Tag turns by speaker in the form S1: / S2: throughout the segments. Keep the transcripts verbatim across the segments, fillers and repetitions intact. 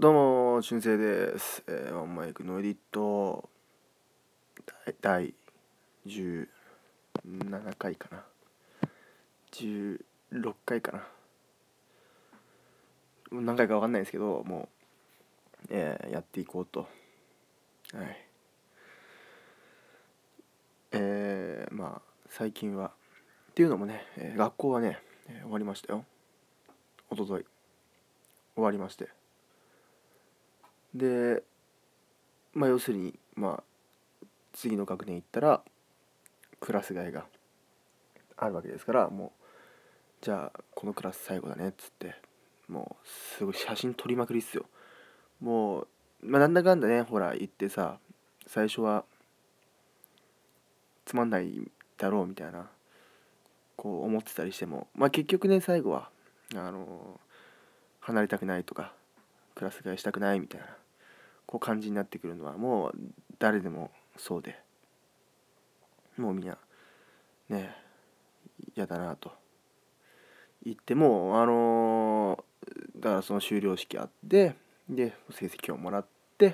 S1: どうも、しゅんせいです。えーワンマイクのエディットだいじゅうななかいかな。じゅうろっかいかな。もう何回か分かんないですけど、もう、えーやっていこうと。はい。えー、まあ、最近は。っていうのもね、えー学校はね、えー終わりましたよ。おととい。終わりまして。で、まあ、要するに、まあ、次の学年行ったら、クラス替えがあるわけですから、もう、じゃあこのクラス最後だねっつって、もうすごい写真撮りまくりっすよ。もう、まあ、なんだかんだね、ほら言ってさ、最初はつまんないだろうみたいなこう思ってたりしても、まあ結局ね、最後はあの離れたくないとかクラス替えしたくないみたいなこう感じになってくるのはもう誰でもそうで、もうみんなね嫌だなと言っても、あのーだからその修了式あって、で成績をもらって、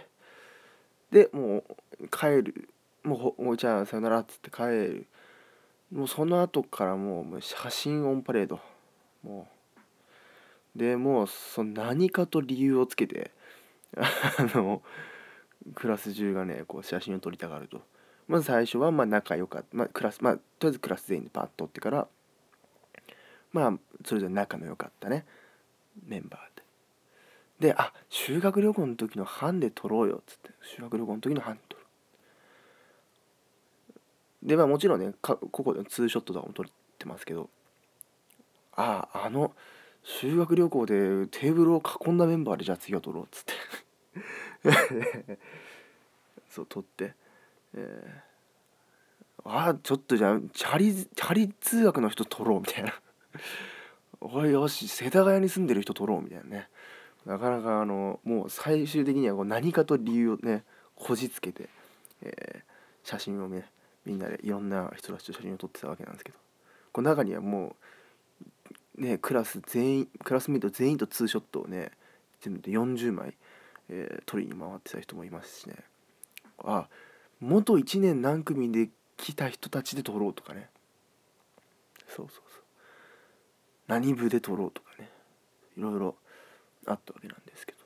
S1: でもう帰る、もうおじゃあさよならっつって帰る。もうその後からもうもう写真オンパレード。もうでもうその何かと理由をつけてあのクラス中がねこう写真を撮りたがると。まず最初はまあ仲良かった、まあ、クラスまあとりあえずクラス全員でパッと撮ってから、まあそれぞれ仲の良かったねメンバーで、であ修学旅行の時の班で撮ろうよっつって、修学旅行の時の班で撮る。でまあもちろんねかここでツーショットとかも撮ってますけど、あああの修学旅行でテーブルを囲んだメンバーでじゃあ次は撮ろうっつってそう撮って、えー、ああちょっとじゃあチャリチャリ通学の人撮ろうみたいなおいよし世田谷に住んでる人撮ろうみたいなね。なかなかあのもう最終的にはこう何かと理由をねこじつけて、えー、写真をねみんなでいろんな人たちと写真を撮ってたわけなんですけど、この中にはもうねクラス全員クラスメイト全員とツーショットをね全部でよんじゅうまい、えー、取りに回ってた人もいますしね。あ元いちねん何組で来た人たちで撮ろうとかね。そうそうそう、何部で撮ろうとかね、いろいろあったわけなんですけど、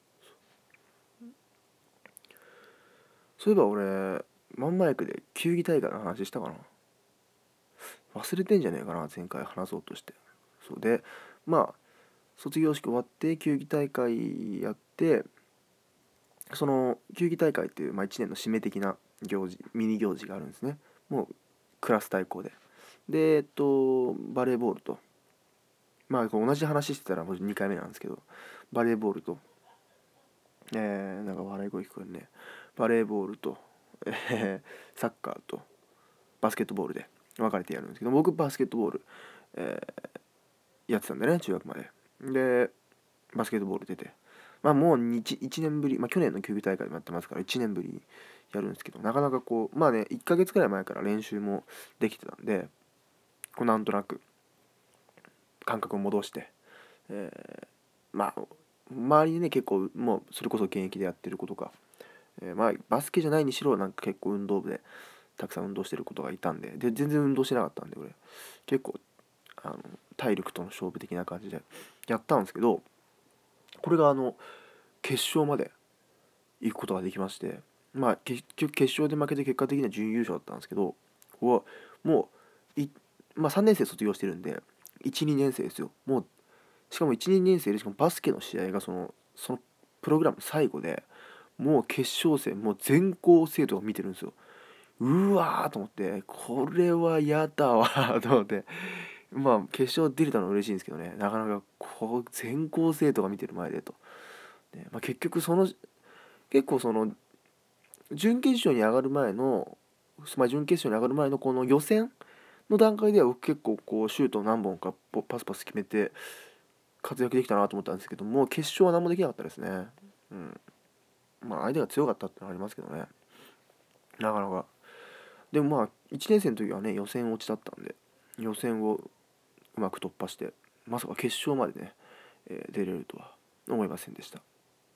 S1: そういえば俺マンマイクで球技大会の話したかな。忘れてんじゃねえかな、前回話そうとして。そうでまあ卒業式終わって球技大会やって、その球技大会っていう、まあ、いちねんの締め的な行事ミニ行事があるんですね。もうクラス対抗で、でえっとバレーボールと、まあ同じ話してたらもうにかいめなんですけど、バレーボールと、えー、なんか笑い声聞こえるね。バレーボールと、えー、サッカーとバスケットボールで分かれてやるんですけど、僕バスケットボール、えー、やってたんでね、中学まで。でバスケットボール出て、まあもう 1, いちねんぶり、まあ去年の球技大会でもやってますからいちねんぶりにやるんですけど、なかなかこうまあねいっかげつくらい前から練習もできてたんで、こうなんとなく感覚を戻して、えー、まあ周りにね結構もうそれこそ現役でやってる子とか、えー、まあバスケじゃないにしろなんか結構運動部でたくさん運動してる子がいたんで、で全然運動してなかったんで俺結構あの体力との勝負的な感じでやったんですけど、これがあの決勝まで行くことができまして、まあ結局決勝で負けて結果的には準優勝だったんですけど、ここはもうい、まあ、さんねん生卒業してるんでいち、にねん生ですよ。もうしかもいち、にねん生でしかもバスケの試合がそのそのプログラム最後で、もう決勝戦もう全校生徒が見てるんですよ。うわーと思って、これはやだわーと思って、まあ決勝出れたのは嬉しいんですけどね、なかなかこう全校生徒が見てる前でと、ねまあ、結局その結構その準決勝に上がる前の、まあ、準決勝に上がる前のこの予選の段階では結構こうシュートを何本かパスパス決めて活躍できたなと思ったんですけども、決勝は何もできなかったですね。うん、まあ相手が強かったってのはありますけどね、なかなか。でもまあいちねん生の時はね予選落ちだったんで、予選をうまく突破してまさか決勝までね、えー出れるとは思いませんでした。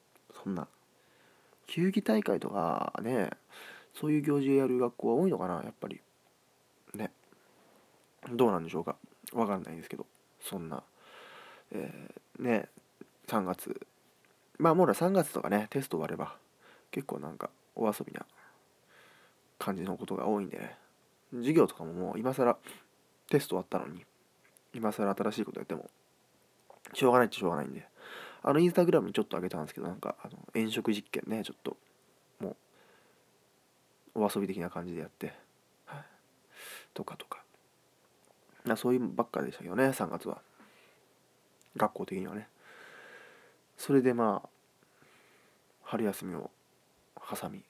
S1: そんな球技大会とかね、そういう行事をやる学校は多いのかな、やっぱりね。どうなんでしょうか、わかんないですけど、そんな、えー、ねさんがつ、まあもうさんがつとかね、テスト終われば結構なんかお遊びな感じのことが多いんでね、授業とかももう今更テスト終わったのに今更新しいことやってもしょうがないっちゃしょうがないんで、あのインスタグラムにちょっと上げたんですけど、なんかあの遠食実験ね、ちょっともうお遊び的な感じでやって、はい、とかとかな、そういうばっかでしたけどね、さんがつは学校的にはね。それでまあ春休みを挟み、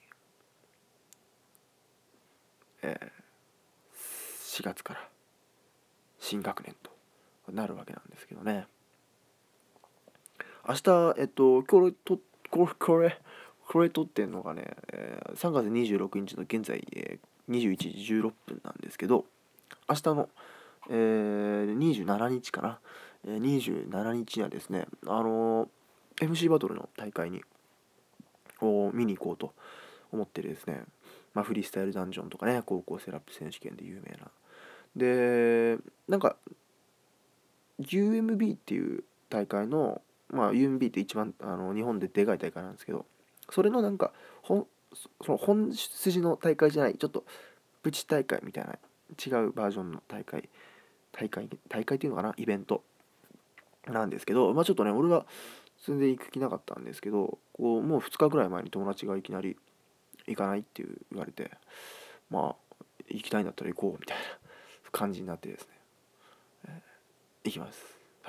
S1: えー、しがつから新学年となるわけなんですけどね。明日、えっと、これと、これ、これ、これ撮ってんのがね、えー、さんがつにじゅうろくにちの現在、えー、にじゅういちじじゅうろっぷんなんですけど、明日の、えー、にじゅうしちにちかな、えー、にじゅうしちにちにはですね、あのー、エムシー バトルの大会にを見に行こうと思ってですね、まあ、フリースタイルダンジョンとかね、高校生ラップ選手権で有名な。で、なんか、ユーエムビー っていう大会の、まあ、ユーエムビー って一番あの日本ででかい大会なんですけど、それのなんか本その本筋の大会じゃない、ちょっとプチ大会みたいな違うバージョンの大会大会大会っていうのかな、イベントなんですけど、まあちょっとね、俺は全然行く気なかったんですけど、こうもうふつかぐらい前に友達がいきなり行かないっていう言われて、まあ行きたいんだったら行こうみたいな感じになってですね、えー行きます。はい。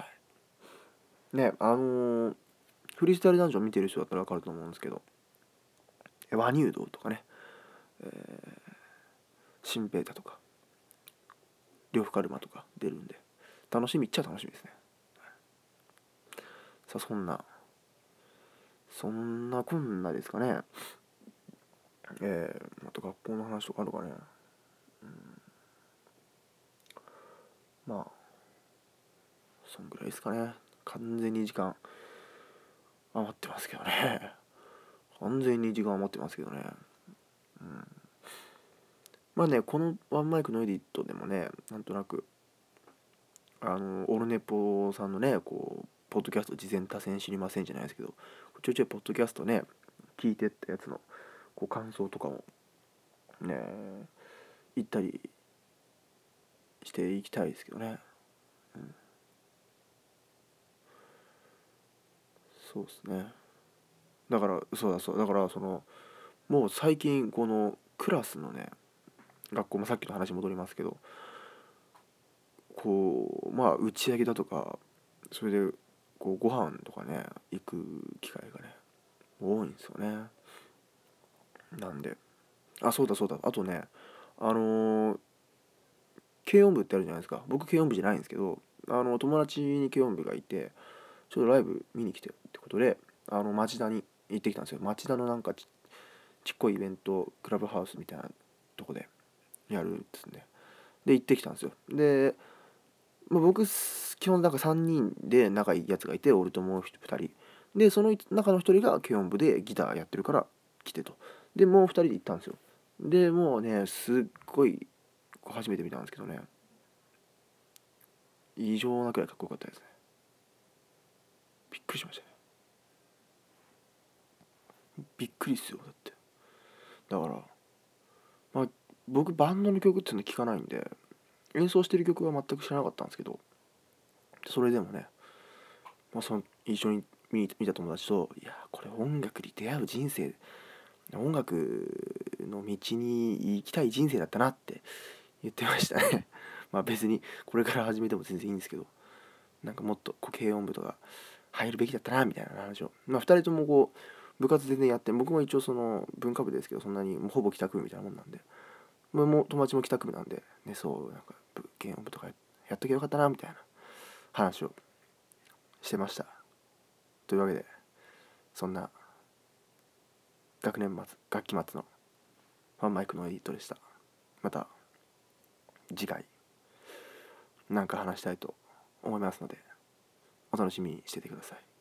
S1: ね、あのーフリースタイルダンジョン見てる人だったら分かると思うんですけど、ワニュードとかね、えー、シンペータとか、リョフカルマとか出るんで、楽しみっちゃ楽しみですね。さあ、そんな、そんなこんなですかね。えー、また学校の話とかあるかね。うん、まあ、そんぐらいですかね。完全に時間余ってますけどね。完全に時間余ってますけどね。うん、まあね、このワンマイクのエディットでもね、なんとなく、あのオルネポさんのね、こうポッドキャスト事前多戦知りませんじゃないですけど、ちょいちょいポッドキャストね聞いてったやつのこう感想とかもね言ったりしていきたいですけどね、うん、そうですね。だからそうだそうだからそのもう最近このクラスのね、学校もさっきの話戻りますけど、こうまあ打ち上げだとか、それでこうご飯とかね行く機会がね多いんですよね。なんで、あ、そうだそうだ、あとね、あのー、軽音部ってあるじゃないですか。僕軽音部じゃないんですけど、あの友達に軽音部がいて、ちょっとライブ見に来てってことで、あの町田に行ってきたんですよ。町田のなんかちちっこいイベント、クラブハウスみたいなとこでやるっつんで、で行ってきたんですよ。で、まあ、僕基本なんかさんにんで仲いいやつがいて、俺ともうふたりで、その中のひとりが軽音部でギターやってるから来てと。でもうふたりで行ったんですよ。でもうね、すっごい初めて見たんですけどね、異常なくらいかっこよかったですね。びっくりしましたね。びっくりっすよ。だってだから、まあ、僕バンドの曲っていうの聞かないんで、演奏してる曲は全く知らなかったんですけど、それでもね、まあ、その一緒に見見た友達と、いやこれ音楽に出会う人生、音楽の道に行きたい人生だったなって言ってましたね。まあ別にこれから始めても全然いいんですけど、なんかもっとこう軽音部とか入るべきだったなみたいな話を、まあ、ふたりともこう部活全然やって、僕も一応その文化部ですけど、そんなにもうほぼ帰宅部みたいなもんなんで、もう友達も帰宅部なんで、ね、そうなんか軽音部とかやっときゃよかったなみたいな話をしてました。というわけで、そんな学年末学期末のファンマイクのエディットでした。また次回なんか話したいと思いますので、お楽しみにしててください。